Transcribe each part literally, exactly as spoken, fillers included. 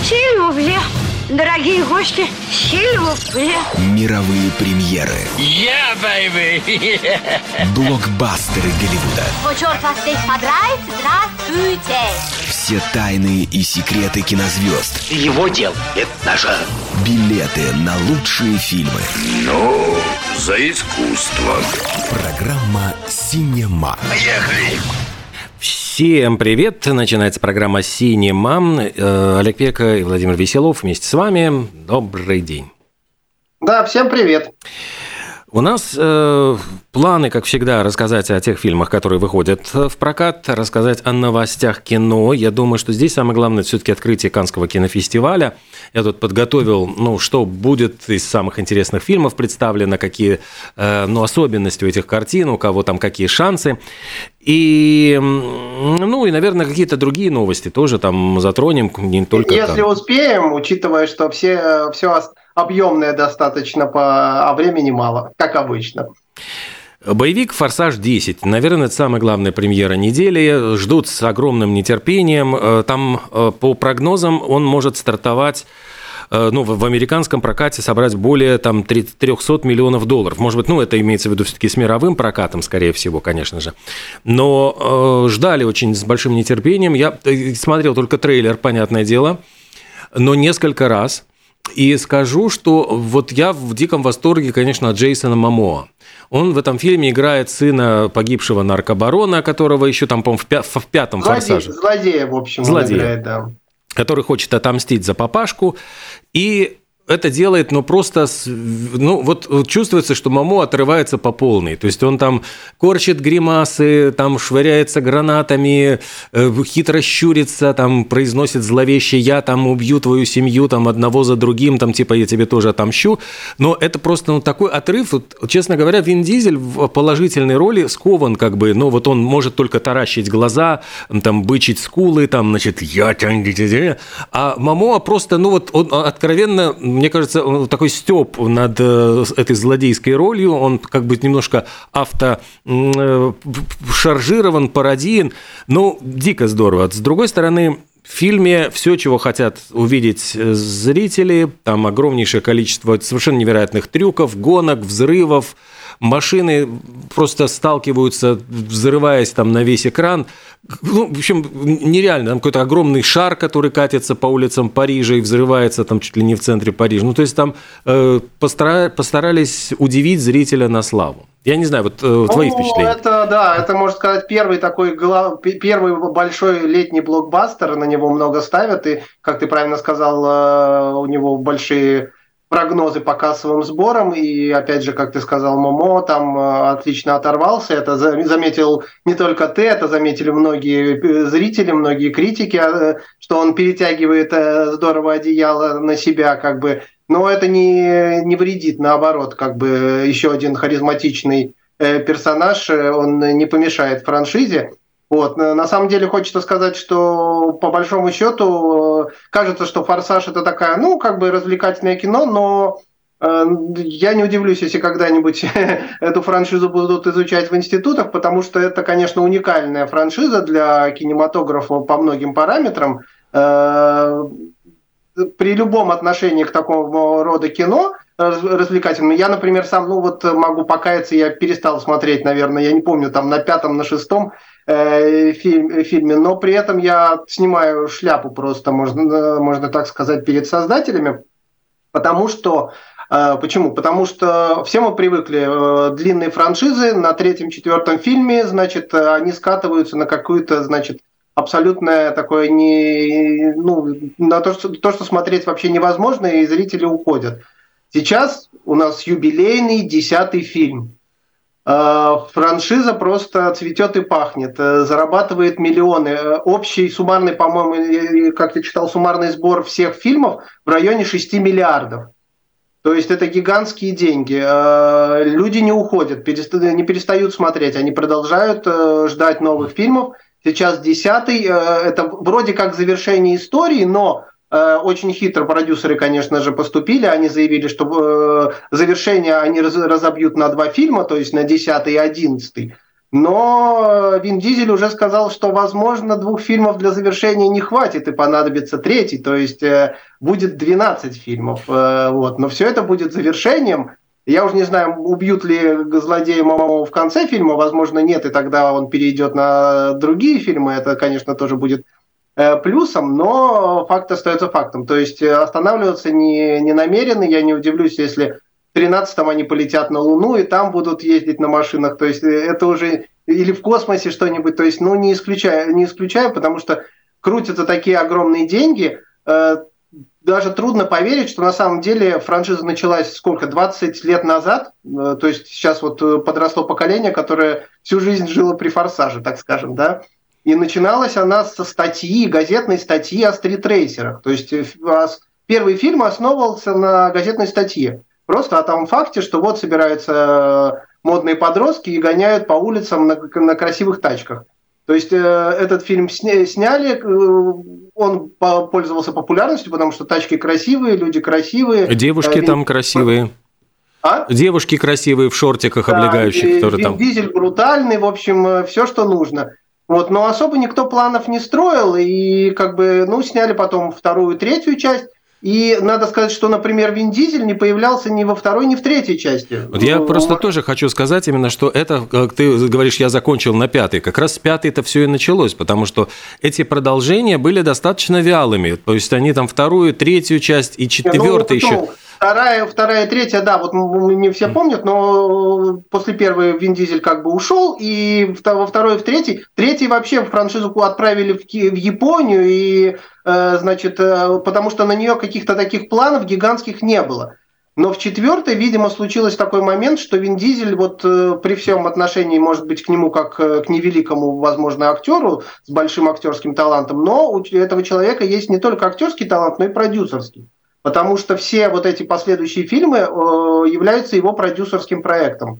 Сильвупле. Дорогие гости, сильвупле. Мировые премьеры. Yeah, baby. Блокбастеры Голливуда. О, черт вас здесь подрать, здравствуйте. Все тайны и секреты кинозвезд. Его дел – это наше. Билеты на лучшие фильмы. Ну, за искусство. Программа «Синема». Поехали! Всем привет! Начинается программа «Синема». Олег Пека и Владимир Веселов вместе с вами. Добрый день. Да, всем привет. У нас э, планы, как всегда, рассказать о тех фильмах, которые выходят в прокат, рассказать о новостях кино. Я думаю, что здесь самое главное все-таки открытие Каннского кинофестиваля. Я тут подготовил, ну, что будет из самых интересных фильмов представлено, какие э, ну, особенности у этих картин, у кого там какие шансы. И, ну, и, наверное, какие-то другие новости тоже там затронем, не только Если там. успеем, учитывая, что все, все объемное достаточно, по, а времени мало, как обычно. Боевик «Форсаж десять». Наверное, это самая главная премьера недели. Ждут с огромным нетерпением. Там, по прогнозам, он может стартовать, ну, в американском прокате собрать более там, триста миллионов долларов. Может быть, ну, это имеется в виду все-таки с мировым прокатом, скорее всего, конечно же. Но э, ждали очень с большим нетерпением. Я смотрел только трейлер, понятное дело, но несколько раз. И скажу, что вот я в диком восторге, конечно, от Джейсона Момоа. Он в этом фильме играет сына погибшего наркобарона, которого еще там, по-моему, в, пя- в пятом Злодей, «Форсаже». Злодея, в общем, Злодея. он играет, да. Который хочет отомстить за папашку, и это делает, ну, просто, ну, вот чувствуется, что Момо отрывается по полной, то есть он там корчит гримасы, там швыряется гранатами, хитро щурится, там произносит зловещее «я там убью твою семью, там одного за другим, там типа я тебе тоже отомщу», но это просто, ну, такой отрыв, вот, честно говоря, Вин Дизель в положительной роли скован, как бы, ну, вот он может только таращить глаза, там, бычить скулы, там, значит, я там, а Момо просто, ну, вот он откровенно, мне кажется, он такой стёб над этой злодейской ролью, он как бы немножко автошаржирован, пародиен, ну, дико здорово. С другой стороны, в фильме все, чего хотят увидеть зрители, там огромнейшее количество совершенно невероятных трюков, гонок, взрывов, машины просто сталкиваются, взрываясь там на весь экран. Ну, в общем, нереально. Там какой-то огромный шар, который катится по улицам Парижа и взрывается там чуть ли не в центре Парижа. Ну, то есть там э, постара- постарались удивить зрителя на славу. Я не знаю, вот э, твои ну, впечатления. Это, да, это, можно сказать, первый такой, первый большой летний блокбастер, на него много ставят, и, как ты правильно сказал, у него большие прогнозы по кассовым сборам, и, опять же, как ты сказал, Момо там отлично оторвался, это заметил не только ты, это заметили многие зрители, многие критики, что он перетягивает здорово одеяло на себя, как бы, но это не, не вредит, наоборот, как бы еще один харизматичный персонаж, он не помешает франшизе. Вот. На самом деле хочется сказать, что по большому счету кажется, что «Форсаж» это такая, ну, как бы развлекательное кино, но э, я не удивлюсь, если когда-нибудь эту франшизу будут изучать в институтах, потому что это, конечно, уникальная франшиза для кинематографа по многим параметрам. Э, при любом отношении к такому рода кино развлекательным. Я, например, сам, ну вот могу покаяться, я перестал смотреть, наверное, я не помню, там на пятом, на шестом э, фильм, фильме, но при этом я снимаю шляпу просто, можно, можно так сказать, перед создателями, потому что э, почему? Потому что все мы привыкли, э, длинные франшизы, на третьем, четвертом фильме, значит, они скатываются на какую-то, значит, абсолютное такое, не, ну, на то что, то, что смотреть вообще невозможно, и зрители уходят. Сейчас у нас юбилейный десятый фильм. Франшиза просто цветет и пахнет, зарабатывает миллионы. Общий суммарный, по-моему, как я читал, суммарный сбор всех фильмов в районе шести миллиардов. То есть это гигантские деньги. Люди не уходят, не перестают смотреть, они продолжают ждать новых фильмов. Сейчас десятый, это вроде как завершение истории, но очень хитро продюсеры, конечно же, поступили. Они заявили, что завершение они разобьют на два фильма, то есть на десятый и одиннадцатый. Но Вин Дизель уже сказал, что, возможно, двух фильмов для завершения не хватит и понадобится третий, то есть будет двенадцать фильмов. Вот. Но все это будет завершением. Я уже не знаю, убьют ли злодея Момоа в конце фильма, возможно, нет, и тогда он перейдет на другие фильмы. Это, конечно, тоже будет плюсом, но факт остается фактом. То есть останавливаться не, не намерены. Я не удивлюсь, если в тринадцатом они полетят на Луну и там будут ездить на машинах. То есть это уже или в космосе что-нибудь. То есть, ну, не исключаю, не исключаю, потому что крутятся такие огромные деньги. Даже трудно поверить, что на самом деле франшиза началась сколько, двадцать лет назад. То есть сейчас вот подросло поколение, которое всю жизнь жило при «Форсаже», так скажем, да. И начиналась она со статьи, газетной статьи о стритрейсерах. То есть первый фильм основывался на газетной статье. Просто о том факте, что вот собираются модные подростки и гоняют по улицам на, на красивых тачках. То есть э, этот фильм сня, сняли, э, он по, пользовался популярностью, потому что тачки красивые, люди красивые. Девушки э, там красивые. А? Девушки красивые в шортиках да, облегающих. И, которые Вин там... Дизель брутальный, в общем, все, что нужно. Вот, но особо никто планов не строил, и как бы, ну, сняли потом вторую, третью часть. И надо сказать, что, например, Вин Дизель не появлялся ни во второй, ни в третьей части. Вот я ну, просто он... тоже хочу сказать именно, что это, как ты говоришь, я закончил на пятой. Как раз с пятой это все и началось, потому что эти продолжения были достаточно вялыми. То есть они там вторую, третью часть и четвертую ну, еще... Ну, Вторая, вторая, третья, да, вот не все помнят, но после первой Вин Дизель как бы ушел, и во второй и в третьей, третий вообще франшизу отправили в, в Японию, и, э, значит, э, потому что на нее каких-то таких планов гигантских не было. Но в четвертой, видимо, случилось такой момент, что Вин Дизель вот э, при всем отношении, может быть, к нему как э, к невеликому, возможно, актеру с большим актерским талантом, но у этого человека есть не только актерский талант, но и продюсерский. Потому что все вот эти последующие фильмы э, являются его продюсерским проектом.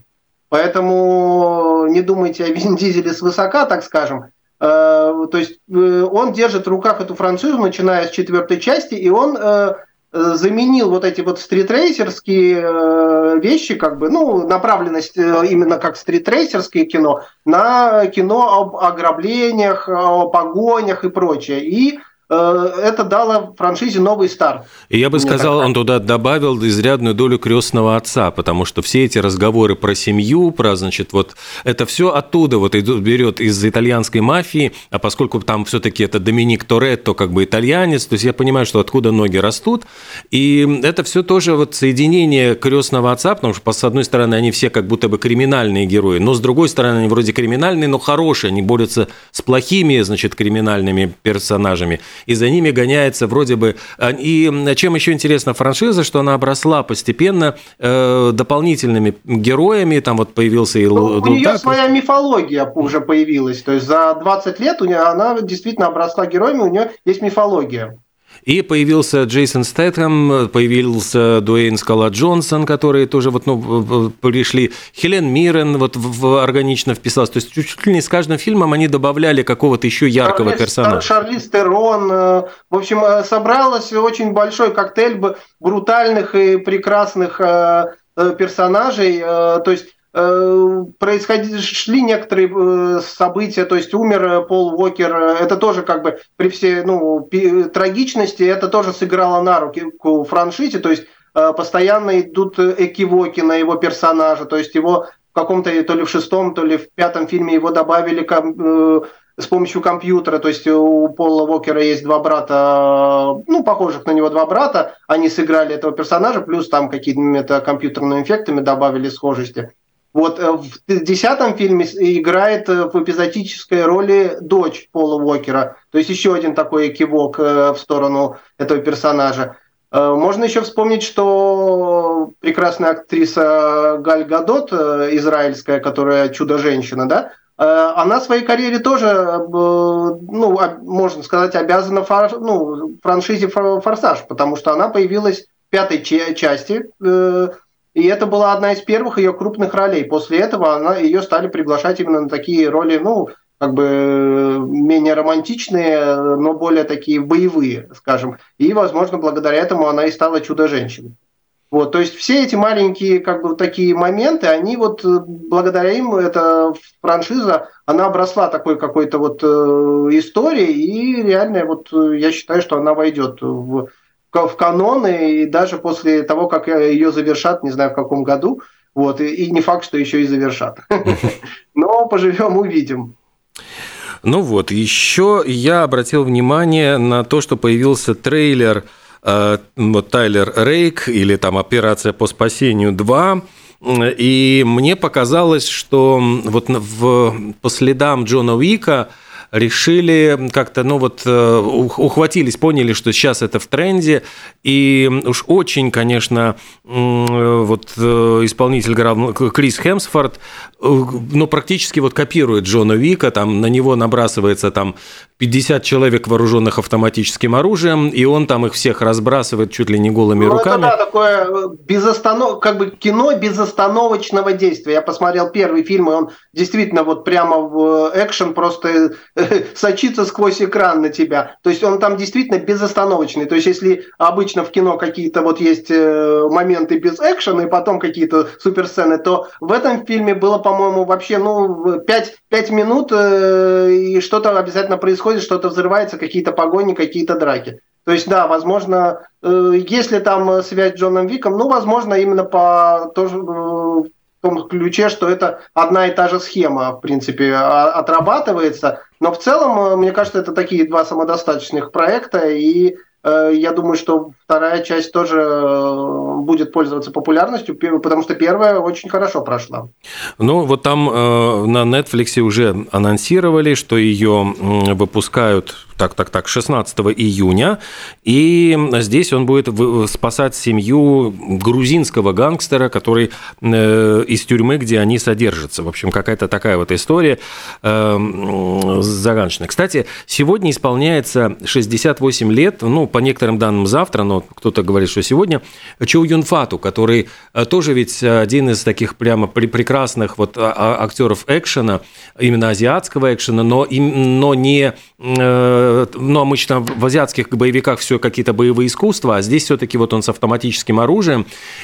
Поэтому не думайте о Вин Дизеле свысока, так скажем. Э, то есть э, он держит в руках эту франшизу, начиная с четвертой части, и он э, заменил вот эти вот стритрейсерские э, вещи, как бы, ну, направленность э, именно как стритрейсерское кино, на кино об ограблениях, о погонях и прочее. И это дало франшизе новый старт. И я бы сказал, он туда добавил изрядную долю крестного отца, потому что все эти разговоры про семью, про, значит, вот это все оттуда вот идут, берет из итальянской мафии, а поскольку там все-таки это Доминик Торетто, как бы итальянец, то есть я понимаю, что откуда ноги растут, и это все тоже вот соединение крестного отца, потому что, с одной стороны, они все как будто бы криминальные герои, но с другой стороны, они вроде криминальные, но хорошие, они борются с плохими, значит, криминальными персонажами. И за ними гоняется вроде бы... И чем еще интересна франшиза, что она обросла постепенно э, дополнительными героями, там вот появился и ну, у нее своя мифология уже появилась, то есть за двадцать лет у нее она действительно обросла героями, у нее есть мифология. И появился Джейсон Стэтхэм, появился Дуэйн Скала Джонсон, которые тоже вот, ну, пришли. Хелен Миррен вот в, органично вписалась. То есть чуть ли не с каждым фильмом они добавляли какого-то еще яркого Шарлиз, персонажа. Шарлиз Терон. В общем, собралось очень большой коктейль брутальных и прекрасных персонажей. То есть происходили, шли некоторые события, то есть умер Пол Уокер, это тоже как бы при всей ну, трагичности, это тоже сыграло на руку франшизе, то есть постоянно идут экивоки на его персонажа, то есть его в каком-то, то ли в шестом, то ли в пятом фильме его добавили с помощью компьютера, то есть у Пола Уокера есть два брата, ну, похожих на него два брата, они сыграли этого персонажа, плюс там какими-то компьютерными эффектами добавили схожести. Вот в десятом фильме играет в эпизодической роли дочь Пола Уокера, то есть еще один такой кивок в сторону этого персонажа. Можно еще вспомнить, что прекрасная актриса Галь Гадот, израильская, которая «Чудо-женщина», да, она в своей карьере тоже, ну, можно сказать, обязана фор, ну, франшизе «Форсаж», потому что она появилась в пятой части, и это была одна из первых ее крупных ролей. После этого она, ее стали приглашать именно на такие роли, ну, как бы менее романтичные, но более такие боевые, скажем. И, возможно, благодаря этому она и стала «Чудо-женщиной». Вот, то есть все эти маленькие как бы такие моменты, они вот благодаря им эта франшиза, она обросла такой какой-то вот э, историей, и реально вот я считаю, что она войдет в, в канон, и даже после того, как ее завершат, не знаю в каком году, вот, и, и не факт, что еще и завершат. Но поживем, увидим. Ну вот, еще я обратил внимание на то, что появился трейлер вот Тайлер Рейк или там «Операция по спасению два», и мне показалось, что вот в, по следам Джона Уика решили как-то, ну вот, ухватились, поняли, что сейчас это в тренде, и уж очень, конечно, вот исполнитель Крис Хемсворт, ну, практически вот копирует Джона Уика, там на него набрасывается там пятьдесят человек, вооруженных автоматическим оружием, и он там их всех разбрасывает чуть ли не голыми ну, руками. Это, да, такое безостанов... как бы кино безостановочного действия. Я посмотрел первый фильм, и он действительно вот прямо в экшен просто сочится сквозь экран на тебя. То есть он там действительно безостановочный. То есть если обычно в кино какие-то вот есть моменты без экшена и потом какие-то суперсцены, то в этом фильме было, по-моему, вообще ну пять, пять минут и что-то обязательно происходит, что-то взрывается, какие-то погони, какие-то драки. То есть, да, возможно, если там связь с Джоном Виком, ну, возможно, именно по тоже, в том ключе, что это одна и та же схема, в принципе, отрабатывается. Но в целом, мне кажется, это такие два самодостаточных проекта, и я думаю, что вторая часть тоже будет пользоваться популярностью, потому что первая очень хорошо прошла. Ну, вот там э, на Netflix уже анонсировали, что ее выпускают так, так, так, шестнадцатого июня, и здесь он будет спасать семью грузинского гангстера, который э, из тюрьмы, где они содержатся. В общем, какая-то такая вот история э, загадочная. Кстати, сегодня исполняется шестьдесят восемь лет, ну, по некоторым данным завтра, но кто-то говорит, что сегодня, Чоу Юн Фату, который тоже ведь один из таких прямо прекрасных вот актеров экшена, именно азиатского экшена, но, но не... Ну, обычно в азиатских боевиках все какие-то боевые искусства, а здесь все-таки вот он с автоматическим оружием.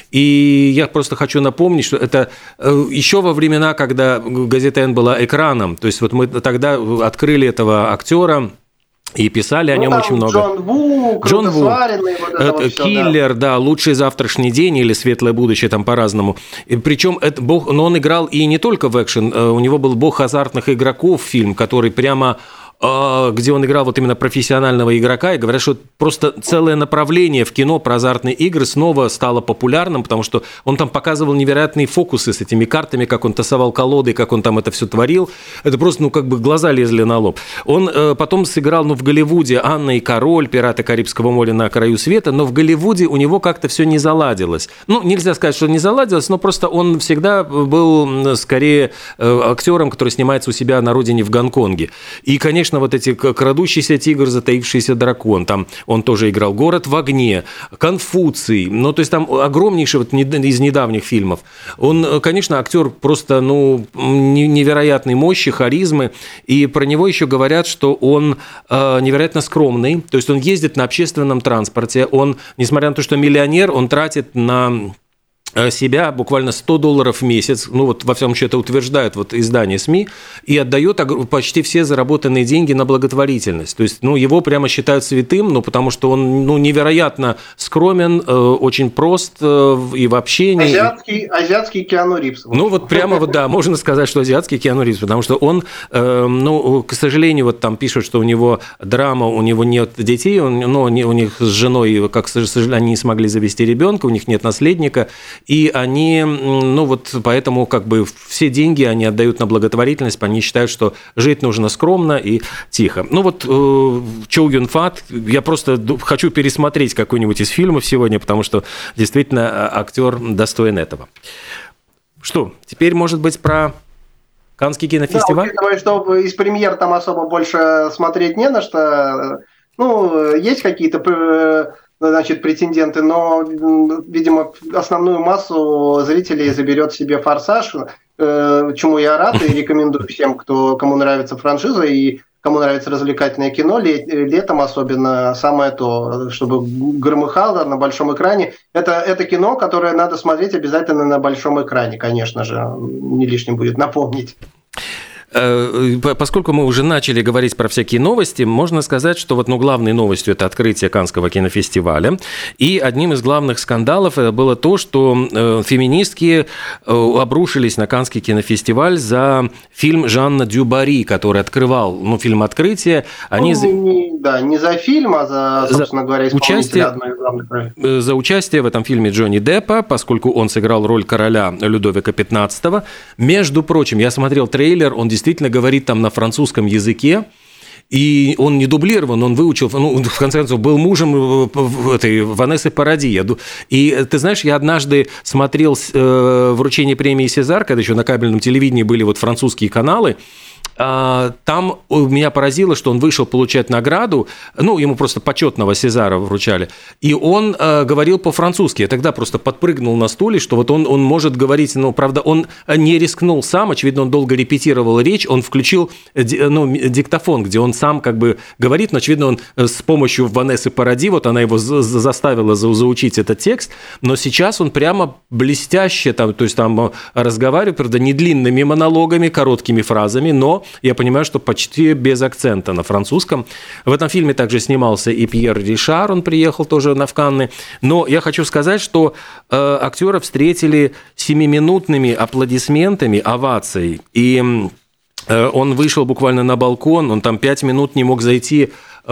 И я просто хочу напомнить, что это еще во времена, когда газета «Н» была экраном, то есть вот мы тогда открыли этого актера и писали ну, о нем очень много. Джон Ву, Джон Ву, вот это вот Киллер, все, да. да, лучший завтрашний день или светлое будущее, там по-разному. И причем это бог, но он играл и не только в экшен, у него был бог азартных игроков фильм, который прямо где он играл вот именно профессионального игрока, и говорят, что просто целое направление в кино про азартные игры снова стало популярным, потому что он там показывал невероятные фокусы с этими картами, как он тасовал колоды, как он там это все творил. Это просто, ну, как бы глаза лезли на лоб. Он э, потом сыграл, ну, в Голливуде «Анна и король», «Пираты Карибского моря на краю света», но в Голливуде у него как-то все не заладилось. Ну, нельзя сказать, что не заладилось, но просто он всегда был скорее актером, который снимается у себя на родине в Гонконге. И, конечно, вот эти «Крадущийся тигр, затаившийся дракон», там он тоже играл, «Город в огне», «Конфуций», ну, то есть там огромнейший вот из недавних фильмов. Он, конечно, актер просто, ну, невероятной мощи, харизмы, и про него еще говорят, что он невероятно скромный, то есть он ездит на общественном транспорте, он, несмотря на то, что миллионер, он тратит на себя буквально сто долларов в месяц, ну вот во всяком случае это утверждают вот издания СМИ, и отдает почти все заработанные деньги на благотворительность. То есть, ну, его прямо считают святым, ну, потому что он, ну, невероятно скромен, э, очень прост э, и в общении. Азиатский, азиатский Киану Ривз. Ну, вот прямо вот, да, можно сказать, что азиатский Киану Ривз, потому что он, э, ну, к сожалению, вот там пишут, что у него драма, у него нет детей, он, ну, у них с женой, как, к сожалению, они не смогли завести ребенка, у них нет наследника, и они, ну вот поэтому как бы все деньги они отдают на благотворительность, они считают, что жить нужно скромно и тихо. Ну вот э, Чоу Юн Фат, я просто хочу пересмотреть какой-нибудь из фильмов сегодня, потому что действительно актер достоин этого. Что, теперь, может быть, про Каннский кинофестиваль? Да, учитывая, что из премьер там особо больше смотреть не на что. Ну, есть какие-то... значит, претенденты, но, видимо, основную массу зрителей заберет себе «Форсаж», чему я рад и рекомендую всем, кто, кому нравится франшиза, и кому нравится развлекательное кино, летом особенно самое то, чтобы громыхало на большом экране. Это, это кино, которое надо смотреть обязательно на большом экране, конечно же, не лишним будет напомнить. Поскольку мы уже начали говорить про всякие новости, можно сказать, что вот, ну, главной новостью это открытие Каннского кинофестиваля. И одним из главных скандалов было то, что феминистки обрушились на Каннский кинофестиваль за фильм Жанна Дюбари, который открывал, ну, фильм «Открытие». Они... Ну, не, да, не за фильм, а за, собственно за говоря, участие, одной из главных ролей. За участие в этом фильме Джонни Деппа, поскольку он сыграл роль короля Людовика пятнадцатого. Между прочим, я смотрел трейлер, он действительно действительно говорит там на французском языке, и он не дублирован, он выучил, ну, в конце концов, был мужем этой Ванессы Паради. И ты знаешь, я однажды смотрел вручение премии «Сезар», когда еще на кабельном телевидении были вот французские каналы. Там меня поразило, что он вышел получать награду, ну, ему просто почетного Сезара вручали, и он э, говорил по-французски. Я тогда просто подпрыгнул на стуле, что вот он, он может говорить, ну, правда, он не рискнул сам, очевидно, он долго репетировал речь, он включил ну, диктофон, где он сам как бы говорит, но, очевидно, он с помощью Ванессы Паради, вот она его заставила заучить этот текст, но сейчас он прямо блестяще, там, то есть там разговаривает, правда, не длинными монологами, короткими фразами, но я понимаю, что почти без акцента на французском. В этом фильме также снимался и Пьер Ришар, он приехал тоже на в Канны. Но я хочу сказать, что э, актера встретили семиминутными аплодисментами, овацией. И э, он вышел буквально на балкон, он там пять минут не мог зайти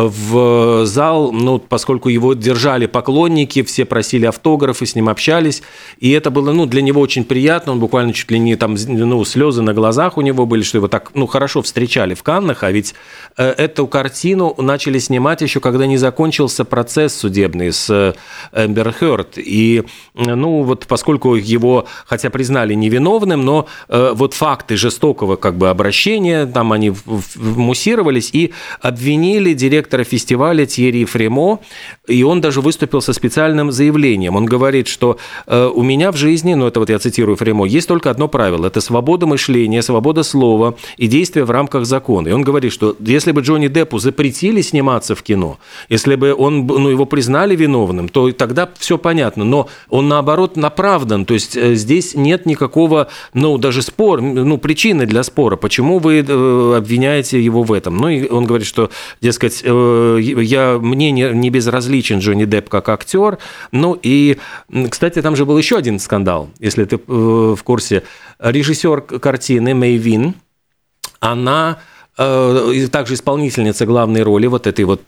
в зал, ну, поскольку его держали поклонники, все просили автографы, с ним общались, и это было, ну, для него очень приятно, он буквально чуть ли не там, ну, слезы на глазах у него были, что его так, ну, хорошо встречали в Каннах, а ведь э, эту картину начали снимать еще, когда не закончился процесс судебный с Эмбер Хёрд, и, ну, вот поскольку его, хотя признали невиновным, но э, вот факты жестокого, как бы, обращения, там они муссировались и обвинили директора фестиваля Тьерри Фремо, и он даже выступил со специальным заявлением. Он говорит, что э, у меня в жизни, ну это вот я цитирую Фремо, есть только одно правило – это свобода мышления, свобода слова и действия в рамках закона. И он говорит, что если бы Джонни Деппу запретили сниматься в кино, если бы он, ну, его признали виновным, то тогда все понятно, но он, наоборот, оправдан, то есть э, здесь нет никакого, ну, даже спора, ну, причины для спора, почему вы э, обвиняете его в этом. Ну, и он говорит, что, дескать, я, мне не, не безразличен Джонни Депп как актер. Ну и, кстати, там же был еще один скандал, если ты в курсе. Режиссер картины Мэй Вин, она также исполнительница главной роли, вот этой вот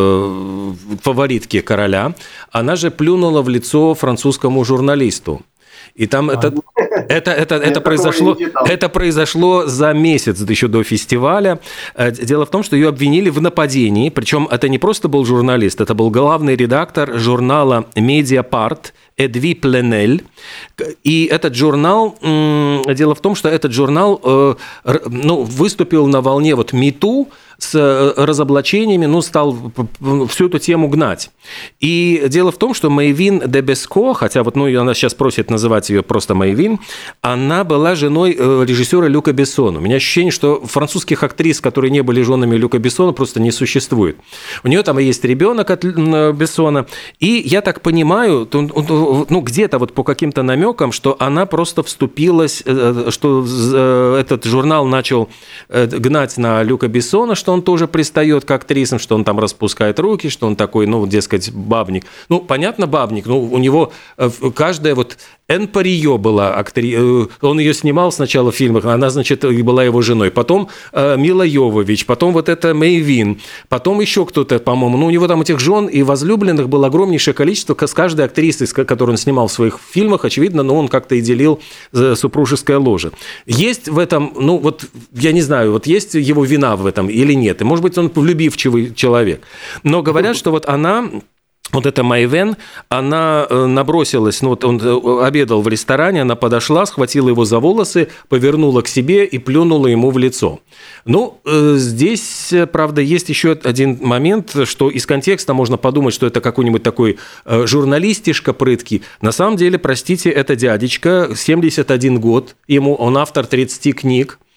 фаворитки короля, она же плюнула в лицо французскому журналисту. И там а, это, это, это, это, произошло, это произошло за месяц еще до фестиваля. Дело в том, что ее обвинили в нападении, причем это не просто был журналист, это был главный редактор журнала «Медиапарт» Эдви Пленель. И этот журнал, дело в том, что этот журнал, ну, выступил на волне вот «Мету», с разоблачениями, ну, стал всю эту тему гнать. И дело в том, что Мэйвин де Беско, хотя вот, ну, она сейчас просит называть ее просто Мэйвин, она была женой режиссера Люка Бессона. У меня ощущение, что французских актрис, которые не были женами Люка Бессона, просто не существует. У нее там есть ребенок от Бессона, и я так понимаю, ну, где-то вот по каким-то намекам, что она просто вступилась, что этот журнал начал гнать на Люка Бессона, что он тоже пристает к актрисам, что он там распускает руки, что он такой, ну, дескать, бабник. Ну, понятно, бабник, но у него каждая вот... Энн Парио была актриса, он ее снимал сначала в фильмах, она, значит, была его женой, потом Мила Йовович, потом вот это Мэй Вин, потом еще кто-то, по-моему, ну, у него там этих жен и возлюбленных было огромнейшее количество, с каждой актрисой, которую он снимал в своих фильмах, очевидно, но он как-то и делил супружеское ложе. Есть в этом, ну, вот, я не знаю, вот есть его вина в этом или нет, и, может быть, он влюбивчивый человек, но говорят, что вот она... Вот эта Майвен, она набросилась, ну вот он обедал в ресторане, она подошла, схватила его за волосы, повернула к себе и плюнула ему в лицо. Ну, здесь, правда, есть еще один момент, что из контекста можно подумать, что это какой-нибудь такой журналистишка прыткий. На самом деле, простите, это дядечка, семьдесят один год, ему, он автор тридцати книг.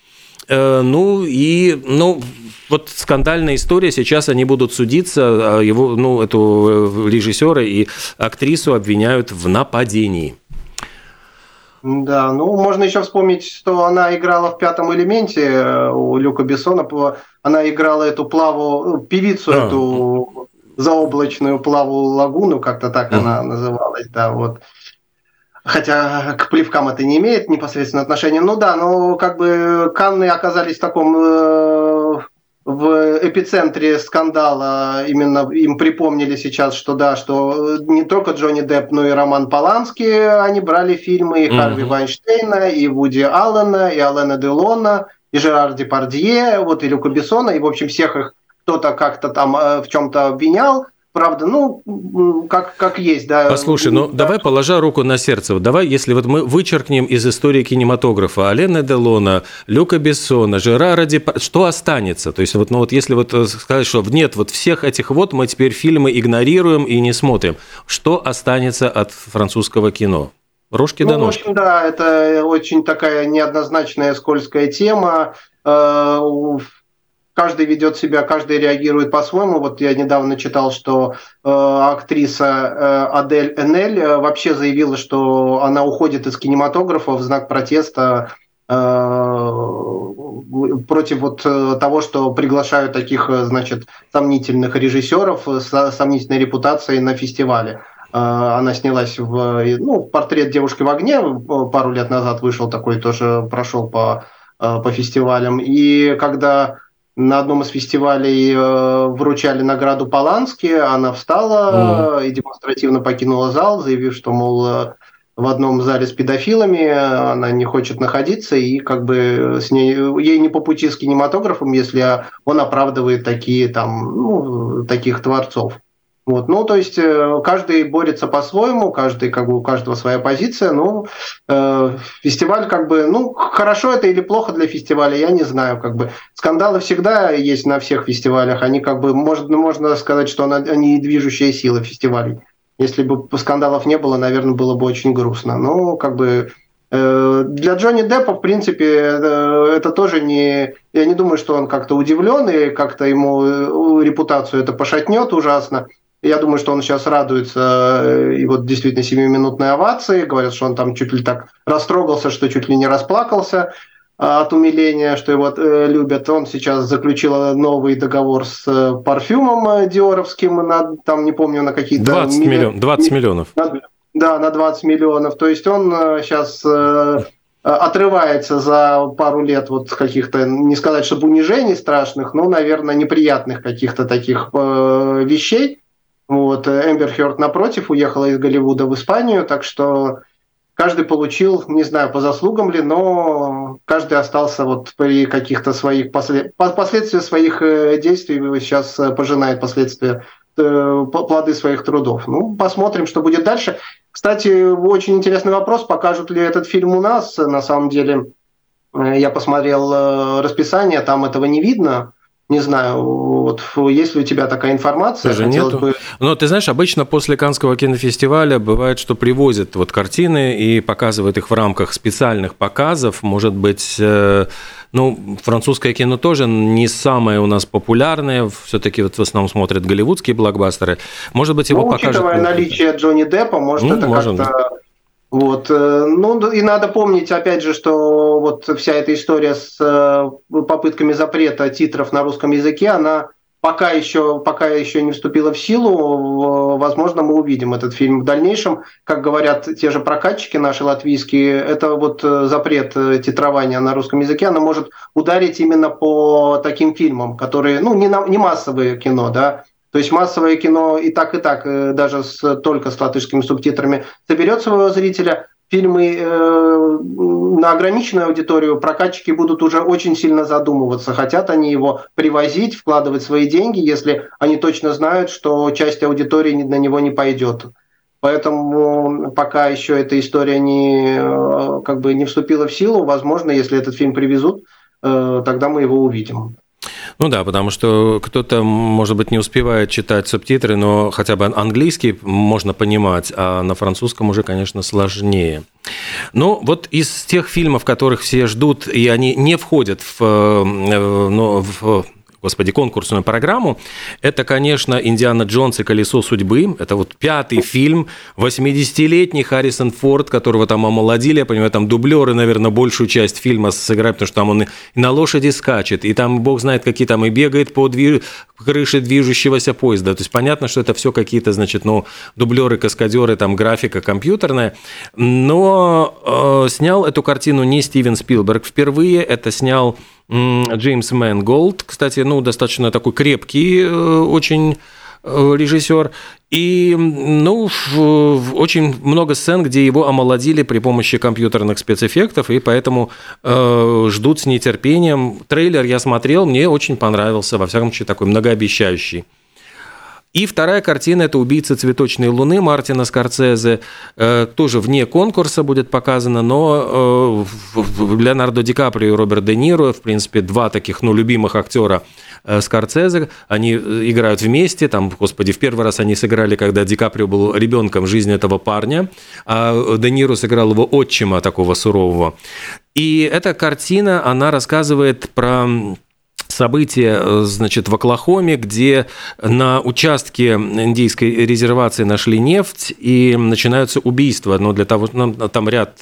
Ну и, ну, вот скандальная история, сейчас они будут судиться, его, ну, эту режиссера и актрису обвиняют в нападении. Да, ну, можно еще вспомнить, что она играла в «Пятом элементе» у Люка Бессона, она играла эту Плаву, певицу а. эту заоблачную Плаву Лагуну, как-то так а. она называлась, да, вот. Хотя к плевкам это не имеет непосредственно отношения. Ну да, но как бы Канны оказались в таком э, в эпицентре скандала. Именно им припомнили сейчас, что да, что не только Джонни Депп, но и Роман Полански, они брали фильмы и mm-hmm. Харви Вайнштейна, и Вуди Аллена, и Алена Делона, и Жерар Депардье, вот и Люка Бессона, и в общем всех их кто-то как-то там в чем-то обвинял. Правда, ну, как, как есть, да. Послушай, ну, да. давай, положа руку на сердце, вот давай, если вот мы вычеркнем из истории кинематографа Алена Делона, Люка Бессона, Жерара Депардье, что останется? То есть, вот, ну, вот если вот сказать, что нет, вот всех этих вот мы теперь фильмы игнорируем и не смотрим, что останется от французского кино? Рожки да ножки. Ну, в общем, да, это очень такая неоднозначная скользкая тема. Каждый ведет себя, каждый реагирует по-своему. Вот я недавно читал, что э, актриса э, Адель Энель э, вообще заявила, что она уходит из кинематографа в знак протеста э, против вот того, что приглашают таких, значит, сомнительных режиссеров с сомнительной репутацией на фестивале. Э, она снялась в, ну, «Портрет девушки в огне», пару лет назад вышел такой, тоже прошел по, э, по фестивалям. И когда на одном из фестивалей э, вручали награду Полански, она встала mm. и демонстративно покинула зал, заявив, что, мол, в одном зале с педофилами она не хочет находиться, и как бы с ней, ей не по пути с кинематографом, если он оправдывает такие, там, ну, таких творцов. Вот. Ну, то есть каждый борется по-своему, каждый, как бы, у каждого своя позиция. Ну, э, фестиваль, как бы, ну, хорошо это или плохо для фестиваля, я не знаю. Как бы скандалы всегда есть на всех фестивалях. Они, как бы, можно, можно сказать, что они движущая сила фестивалей. Если бы скандалов не было, наверное, было бы очень грустно. Но, как бы, э, для Джонни Деппа, в принципе, это, это тоже не... Я не думаю, что он как-то удивлен, и как-то ему репутацию это пошатнет ужасно. Я думаю, что он сейчас радуется, и вот действительно семиминутной овации. Говорят, что он там чуть ли так растрогался, что чуть ли не расплакался от умиления, что его любят. Он сейчас заключил новый договор с парфюмом диоровским, на, там, не помню, на какие-то... двадцать, милли... миллион, двадцать миллионов. На, да, на двадцать миллионов. То есть он сейчас... отрывается за пару лет вот каких-то, не сказать, чтобы унижений страшных, но, наверное, неприятных каких-то таких э, вещей. Вот. Эмбер Хёрд, напротив, уехала из Голливуда в Испанию, так что каждый получил, не знаю, по заслугам ли, но каждый остался вот при каких-то своих послед... последствия своих действий, сейчас пожинает последствия, плоды своих трудов. Ну, посмотрим, что будет дальше. Кстати, очень интересный вопрос, покажут ли этот фильм у нас. На самом деле, я посмотрел расписание, там этого не видно. Не знаю, вот, есть ли у тебя такая информация? Даже нету. Бы... Но ты знаешь, обычно после Каннского кинофестиваля бывает, что привозят вот картины и показывают их в рамках специальных показов. Может быть, э, ну, французское кино тоже не самое у нас популярное. Все-таки вот в основном смотрят голливудские блокбастеры. Может быть, его ну, покажут... Учитывая наличие Джонни Деппа, может, ну, это может как-то... Быть. Вот. Ну, и надо помнить, опять же, что вот вся эта история с попытками запрета титров на русском языке, она пока еще, пока еще не вступила в силу. Возможно, мы увидим этот фильм в дальнейшем. Как говорят те же прокатчики наши латвийские, это вот запрет титрования на русском языке, она может ударить именно по таким фильмам, которые, ну, не, на, не массовое кино, да. То есть массовое кино и так, и так, даже с, только с латышскими субтитрами, соберет своего зрителя. Фильмы э, на ограниченную аудиторию прокатчики будут уже очень сильно задумываться. Хотят они его привозить, вкладывать свои деньги, если они точно знают, что часть аудитории на него не пойдет. Поэтому пока еще эта история не, как бы не вступила в силу, возможно, если этот фильм привезут, э, тогда мы его увидим. Ну да, потому что кто-то, может быть, не успевает читать субтитры, но хотя бы английский можно понимать, а на французском уже, конечно, сложнее. Ну, вот из тех фильмов, которых все ждут, и они не входят в, ну, в Господи, конкурсную программу, это, конечно, «Индиана Джонс и колесо судьбы». Это вот пятый фильм, восьмидесятилетний Харрисон Форд, которого там омолодили, я понимаю, там дублеры, наверное, большую часть фильма сыграют, потому что там он и на лошади скачет, и там бог знает, какие там, и бегает по движ... крыше движущегося поезда. То есть понятно, что это все какие-то, значит, ну, дублеры, каскадеры, там графика компьютерная, но э, снял эту картину не Стивен Спилберг впервые, это снял Джеймс Мэнголд, кстати, ну, достаточно такой крепкий очень режиссер. И, ну, очень много сцен, где его омолодили при помощи компьютерных спецэффектов, и поэтому э, ждут с нетерпением. Трейлер я смотрел, мне очень понравился, во всяком случае, такой многообещающий. И вторая картина – это «Убийца цветочной луны» Мартина Скорсезе. Тоже вне конкурса будет показана, но Леонардо Ди Каприо и Роберт Де Ниро, в принципе, два таких, ну, любимых актера Скорсезе, они играют вместе. Там, господи, в первый раз они сыграли, когда Ди Каприо был ребенком, жизнь этого парня, а Де Ниро сыграл его отчима, такого сурового. И эта картина, она рассказывает про события, значит, в Оклахоме, где на участке индейской резервации нашли нефть, и начинаются убийства. Но для того, ну, там ряд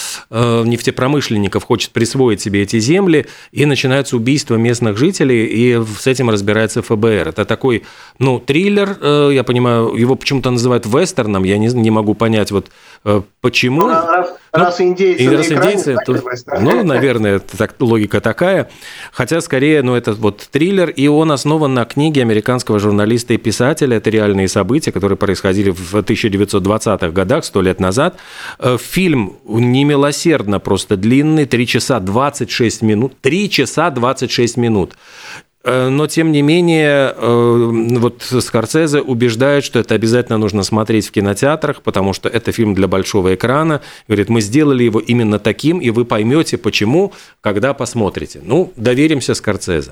нефтепромышленников хочет присвоить себе эти земли, и начинаются убийства местных жителей, и с этим разбирается эф бэ эр. Это такой, ну, триллер, я понимаю, его почему-то называют вестерном, я не, не могу понять, вот почему. Ну, раз, ну, раз индейцы, и раз индейцы то, ну, наверное, так, логика такая. Хотя, скорее, ну, это вот триллер, и он основан на книге американского журналиста и писателя. Это реальные события, которые происходили в тысяча девятьсот двадцатых годах, сто лет назад. Фильм немилосердно просто длинный, три часа двадцать шесть минут. три часа двадцать шесть минут. Но, тем не менее, вот Скорсезе убеждает, что это обязательно нужно смотреть в кинотеатрах, потому что это фильм для большого экрана. Говорит, мы сделали его именно таким, и вы поймете, почему, когда посмотрите. Ну, доверимся Скорсезе.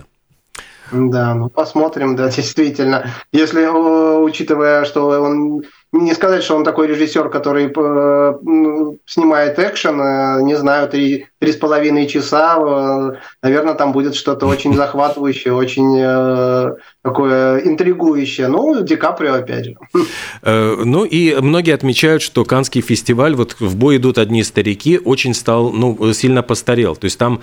Да, ну посмотрим, да, действительно. Если, учитывая, что он... Не сказать, что он такой режиссер, который э, снимает экшен, э, не знаю, три, три с половиной часа, э, наверное, там будет что-то очень захватывающее, очень э, такое интригующее. Ну, Ди Каприо, опять же. Ну, и многие отмечают, что Каннский фестиваль, вот в бой идут одни старики, очень стал, ну, сильно постарел. То есть там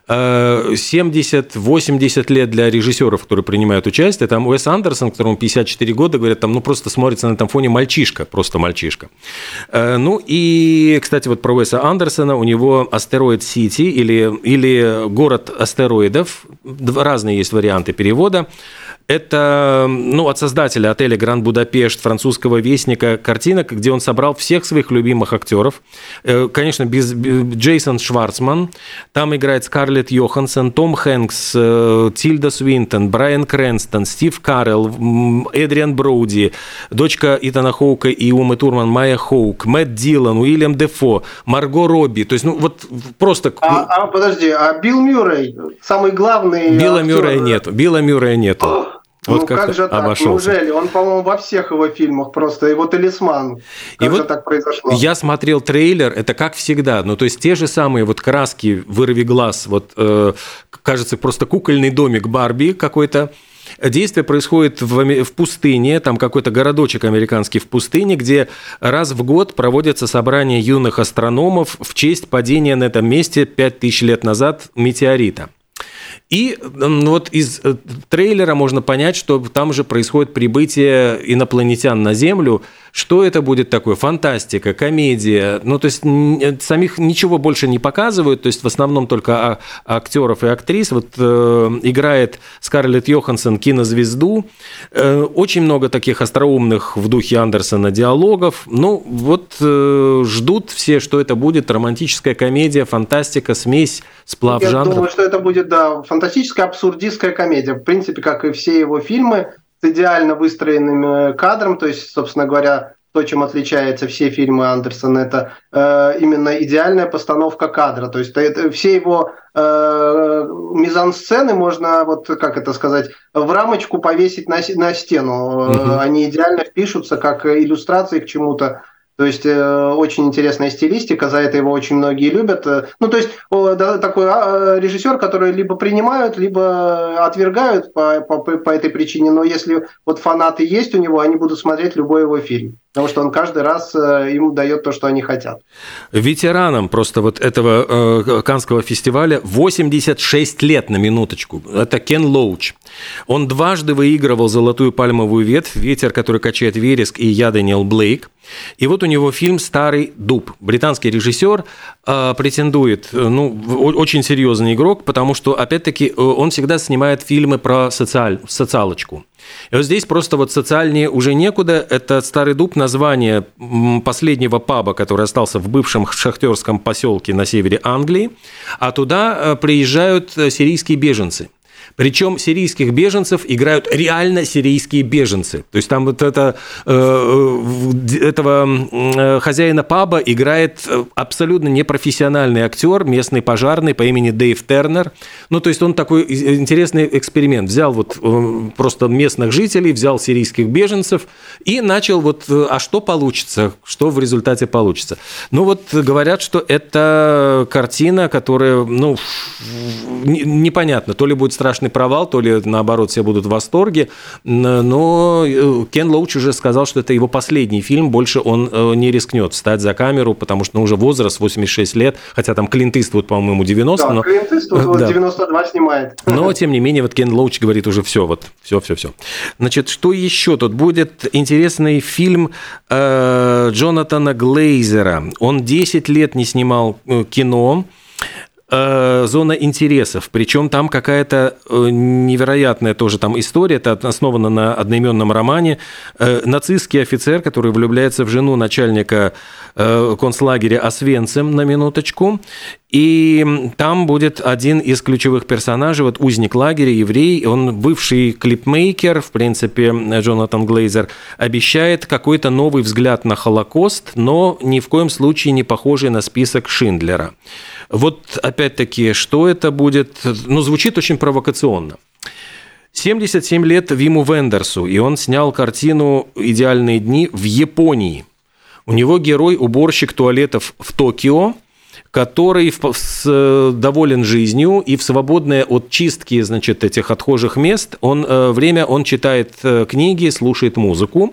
семьдесят-восемьдесят лет для режиссеров, которые принимают участие. Там Уэс Андерсон, которому пятьдесят четыре года, говорят, там, ну, просто смотрится на этом фоне мальчишка. Просто мальчишка. Ну и, кстати, вот про Уэса Андерсона, у него «Астероид Сити» или, или «Город астероидов», разные есть варианты перевода. Это, ну, от создателя отеля «Гранд Будапешт», французского вестника, картина, где он собрал всех своих любимых актеров. Конечно, без, Джейсон Шварцман, там играет Скарлетт Йоханссон, Том Хэнкс, Тильда Свинтон, Брайан Крэнстон, Стив Карелл, Эдриан Броуди, дочка Итана Хоука и Умы Турман Майя Хоук, Мэтт Дилан, Уильям Дефо, Марго Робби. То есть, ну, вот просто... А, а подожди, а Билл Мюррей, самый главный Билла актер... Мюррея нету, Билла Мюррея нету. Вот ну как же так, обошелся. Неужели? Он, по-моему, во всех его фильмах просто, его талисман. Как и же вот так произошло? Я смотрел трейлер, это как всегда, ну то есть те же самые вот краски, вырви глаз, вот э, кажется просто кукольный домик Барби какой-то. Действие происходит в, в пустыне, там какой-то городочек американский в пустыне, где раз в год проводятся собрания юных астрономов в честь падения на этом месте пять тысяч лет назад метеорита. И ну, вот из трейлера можно понять, что там же происходит прибытие инопланетян на Землю. Что это будет такое? Фантастика, комедия. Ну, то есть самих ничего больше не показывают. То есть в основном только актеров и актрис. Вот э, играет Скарлетт Йоханссон кинозвезду. Э, очень много таких остроумных в духе Андерсона диалогов. Ну, вот э, ждут все, что это будет романтическая комедия, фантастика, смесь, сплав Я жанров. Я думаю, что это будет, да, фантастическая абсурдистская комедия. В принципе, как и все его фильмы, с идеально выстроенным кадром, то есть, собственно говоря, то, чем отличается все фильмы Андерсона, это э, именно идеальная постановка кадра. То есть это, все его э, мизансцены можно, вот как это сказать, в рамочку повесить на, на стену. Mm-hmm. Они идеально впишутся как иллюстрации к чему-то. То есть э, очень интересная стилистика, за это его очень многие любят. Ну, то есть о, да, такой э, режиссер, который либо принимают, либо отвергают по, по, по этой причине. Но если вот фанаты есть у него, они будут смотреть любой его фильм. Потому что он каждый раз э, им дает то, что они хотят. Ветеранам просто вот этого э, Каннского фестиваля восемьдесят шесть лет, на минуточку. Это Кен Лоуч. Он дважды выигрывал «Золотую пальмовую ветвь», «Ветер, который качает вереск» и «Я, Дэниел Блейк». И вот у него фильм «Старый дуб». Британский режиссер э, претендует, ну, очень серьезный игрок, потому что, опять-таки, он всегда снимает фильмы про социаль... социалочку. И вот здесь просто вот социальнее уже некуда. Это «Старый дуб», название последнего паба, который остался в бывшем шахтерском поселке на севере Англии, а туда приезжают сирийские беженцы. Причем сирийских беженцев играют реально сирийские беженцы. То есть там вот это, этого хозяина паба играет абсолютно непрофессиональный актер, местный пожарный по имени Дэйв Тернер. Ну, то есть он такой интересный эксперимент. Взял вот просто местных жителей, взял сирийских беженцев и начал вот, а что получится, что в результате получится. Ну, вот говорят, что это картина, которая, ну, непонятно, то ли будет страшный провал, то ли, наоборот, все будут в восторге. Но Кен Лоуч уже сказал, что это его последний фильм, больше он не рискнет встать за камеру, потому что ну, уже возраст восемьдесят шесть лет, хотя там Клинт Иствуд, по-моему, девяносто. Да, но... Клинт Иствуд да. девяносто два снимает. Но, тем не менее, вот Кен Лоуч говорит уже все, вот, все-все-все. Значит, что еще тут? Будет интересный фильм э, Джонатана Глейзера. Он десять лет не снимал кино. «Зона интересов», причем там какая-то невероятная тоже там история, это основано на одноименном романе. Нацистский офицер, который влюбляется в жену начальника концлагеря Освенцим, на минуточку, и там будет один из ключевых персонажей, вот узник лагеря, еврей, он бывший клипмейкер, в принципе, Джонатан Глейзер, обещает какой-то новый взгляд на Холокост, но ни в коем случае не похожий на список Шиндлера. Вот, опять-таки, что это будет? Ну, звучит очень провокационно. семьдесят семь лет Виму Вендерсу, и он снял картину «Идеальные дни» в Японии. У него герой – уборщик туалетов в Токио, который доволен жизнью и в свободное от чистки, значит, этих отхожих мест он, время он читает книги, слушает музыку.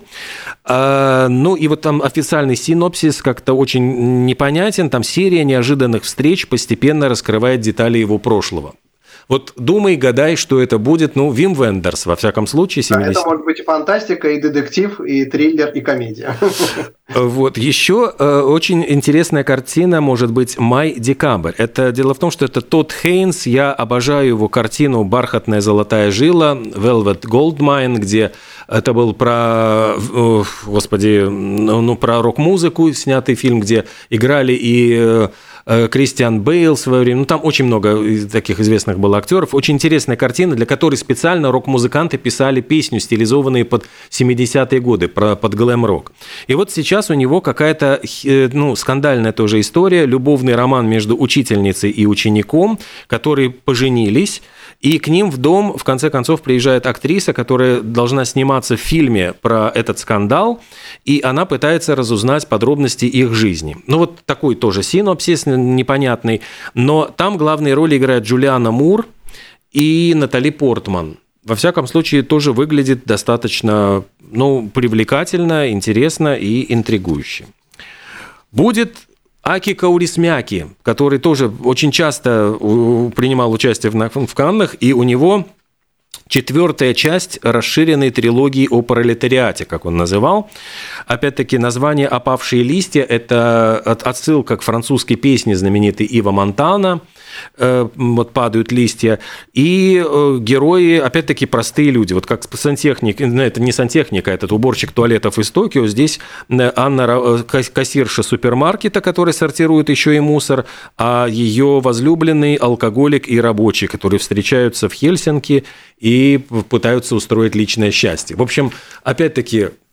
Ну и вот там официальный синопсис как-то очень непонятен. Там серия неожиданных встреч постепенно раскрывает детали его прошлого. Вот думай, гадай, что это будет. Ну, Вим Вендерс, во всяком случае, семидесятые. Да, это может быть и фантастика, и детектив, и триллер, и комедия. Вот, еще э, очень интересная картина может быть «Май-декабрь». Это дело в том, что это Тодд Хейнс, я обожаю его картину «Бархатная золотая жила», «Velvet Goldmine», где это был про, э, господи, ну, про рок-музыку снятый фильм, где играли и... Э, Кристиан Бейл в свое время, ну там очень много таких известных было актеров. Очень интересная картина, для которой специально рок-музыканты писали песню, стилизованные под семидесятые годы, под глэм-рок. И вот сейчас у него какая-то, ну, скандальная тоже история, любовный роман между учительницей и учеником, которые поженились, и к ним в дом, в конце концов, приезжает актриса, которая должна сниматься в фильме про этот скандал, и она пытается разузнать подробности их жизни. Ну, вот такой тоже синопсис непонятный, но там главные роли играют Джулиана Мур и Натали Портман. Во всяком случае, тоже выглядит достаточно, ну, привлекательно, интересно и интригующе. Будет Аки Каурисмяки, который тоже очень часто принимал участие в Каннах, и у него четвертая часть расширенной трилогии о пролетариате, как он называл. Опять-таки, название «Опавшие листья» – это отсылка к французской песне знаменитой Ива Монтана, вот падают листья, и герои, опять-таки, простые люди, вот как сантехник, это не сантехник, а этот уборщик туалетов из Токио, здесь Анна, кассирша супермаркета, который сортирует еще и мусор, а ее возлюбленный алкоголик и рабочий, которые встречаются в Хельсинки и пытаются устроить личное счастье. В общем, опять-таки,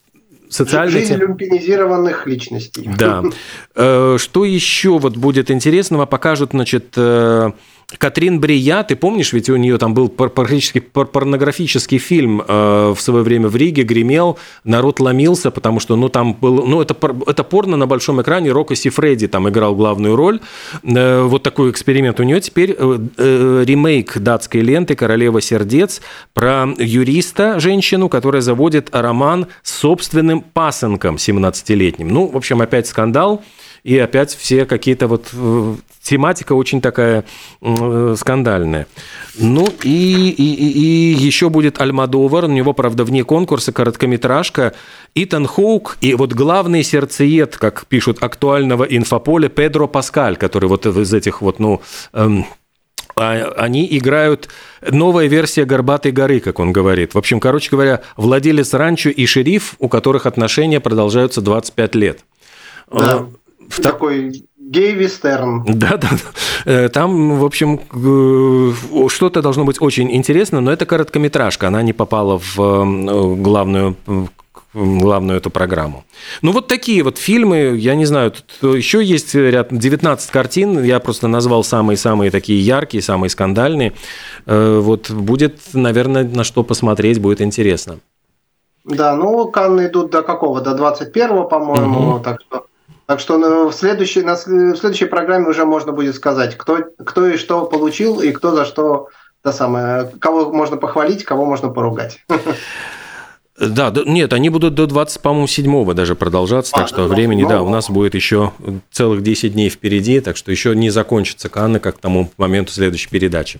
социальные... Жизнь люмпинизированных личностей. Да. Что еще вот будет интересного? Покажут, значит, Катрин Брия, ты помнишь, ведь у нее там был практически порнографический фильм в свое время в Риге, гремел, народ ломился, потому что, ну, там был, ну, это, это порно на большом экране, Рокко Сиффреди там играл главную роль, вот такой эксперимент. У нее теперь ремейк датской ленты «Королева сердец» про юриста, женщину, которая заводит роман с собственным пасынком семнадцатилетним. Ну, в общем, опять скандал. И опять все какие-то вот... Тематика очень такая э, скандальная. Ну, и, и, и еще будет Альмодовар. У него, правда, вне конкурса короткометражка. Итан Хоук и вот главный сердцеед, как пишут, актуального инфополя, Педро Паскаль, который вот из этих вот, ну... Эм, они играют новая версия «Горбатой горы», как он говорит. В общем, короче говоря, владелец ранчо и шериф, у которых отношения продолжаются двадцать пять лет. Да. В такой гей-вестерн. Да-да. Там, в общем, что-то должно быть очень интересно, но это короткометражка, она не попала в главную, главную эту программу. Ну, вот такие вот фильмы, я не знаю, тут еще есть ряд, девятнадцать картин, я просто назвал самые-самые такие яркие, самые скандальные. Вот будет, наверное, на что посмотреть, будет интересно. Да, ну, Канны идут до какого? До двадцать первого, по-моему, угу. так что... Так что в следующей, на, в следующей программе уже можно будет сказать, кто, кто и что получил, и кто за что, да самое, кого можно похвалить, кого можно поругать. Да, нет, они будут до двадцать седьмого даже продолжаться, а, так что времени, да, у нас будет еще целых десять дней впереди, так что еще не закончится Канны, как к тому моменту следующей передачи.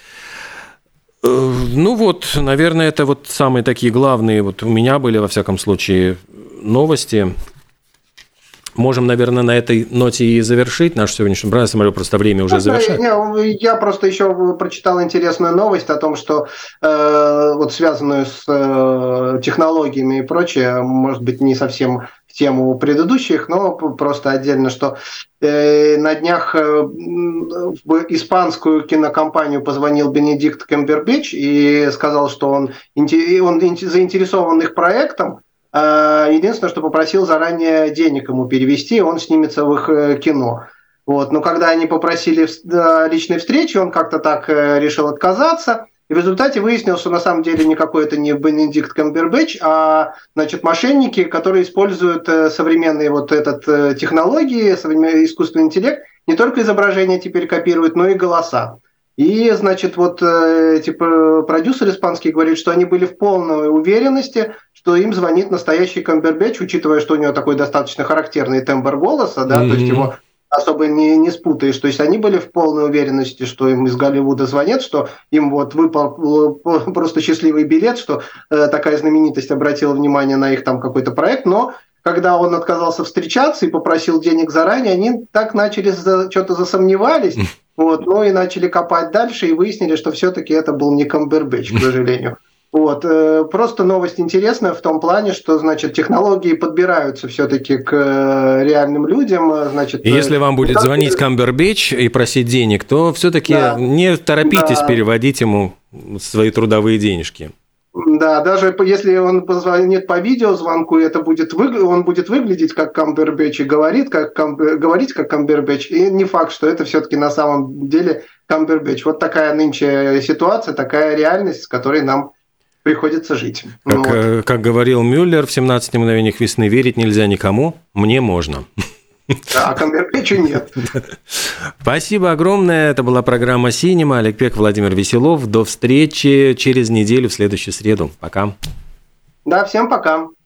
Ну вот, наверное, это вот самые такие главные, вот у меня были, во всяком случае, новости. Можем, наверное, на этой ноте и завершить нашу сегодняшнюю программу. Я смотрю, просто время уже завершает. Я просто еще прочитал интересную новость о том, что э, вот связанную с э, технологиями и прочее, может быть, не совсем в тему предыдущих, но просто отдельно, что э, на днях э, в испанскую кинокомпанию позвонил Бенедикт Камбербэтч и сказал, что он, он заинтересован их проектом. Единственное, что попросил заранее денег ему перевести, он снимется в их кино. Вот. Но когда они попросили личной встречи, он как-то так решил отказаться. И в результате выяснилось, что на самом деле никакой это не Бенедикт Камбербэтч, а значит, мошенники, которые используют современные вот этот, технологии, современный искусственный интеллект, не только изображения теперь копируют, но и голоса. И, значит, вот типа, продюсер испанский говорит, что они были в полной уверенности, что им звонит настоящий Камбербэтч, учитывая, что у него такой достаточно характерный тембр голоса, да, mm-hmm. то есть его особо не, не спутаешь. То есть они были в полной уверенности, что им из Голливуда звонят, что им вот выпал просто счастливый билет, что э, такая знаменитость обратила внимание на их там какой-то проект, но когда он отказался встречаться и попросил денег заранее, они так начали за, что-то засомневались, вот, ну и начали копать дальше и выяснили, что все-таки это был не Камбербэтч, к сожалению. Вот. Просто новость интересная в том плане, что, значит, технологии подбираются все-таки к реальным людям. Значит, и если вам будет так... звонить Камбербэтч и просить денег, то все-таки да. не торопитесь да. переводить ему свои трудовые денежки. Да, даже если он позвонит по видеозвонку, это будет вы... он будет выглядеть как Камбербэтч и говорит, как Камбер... говорить как Камбербэтч, и не факт, что это все-таки на самом деле Камбербэтч. Вот такая нынче ситуация, такая реальность, с которой нам приходится жить. Как, вот. как говорил Мюллер в «семнадцати мгновениях весны», верить нельзя никому, мне можно. Да, а Камбербэтчу нет. Спасибо огромное. Это была программа «Синема». Олег Пек, Владимир Веселов. До встречи через неделю в следующую среду. Пока. Да, всем пока.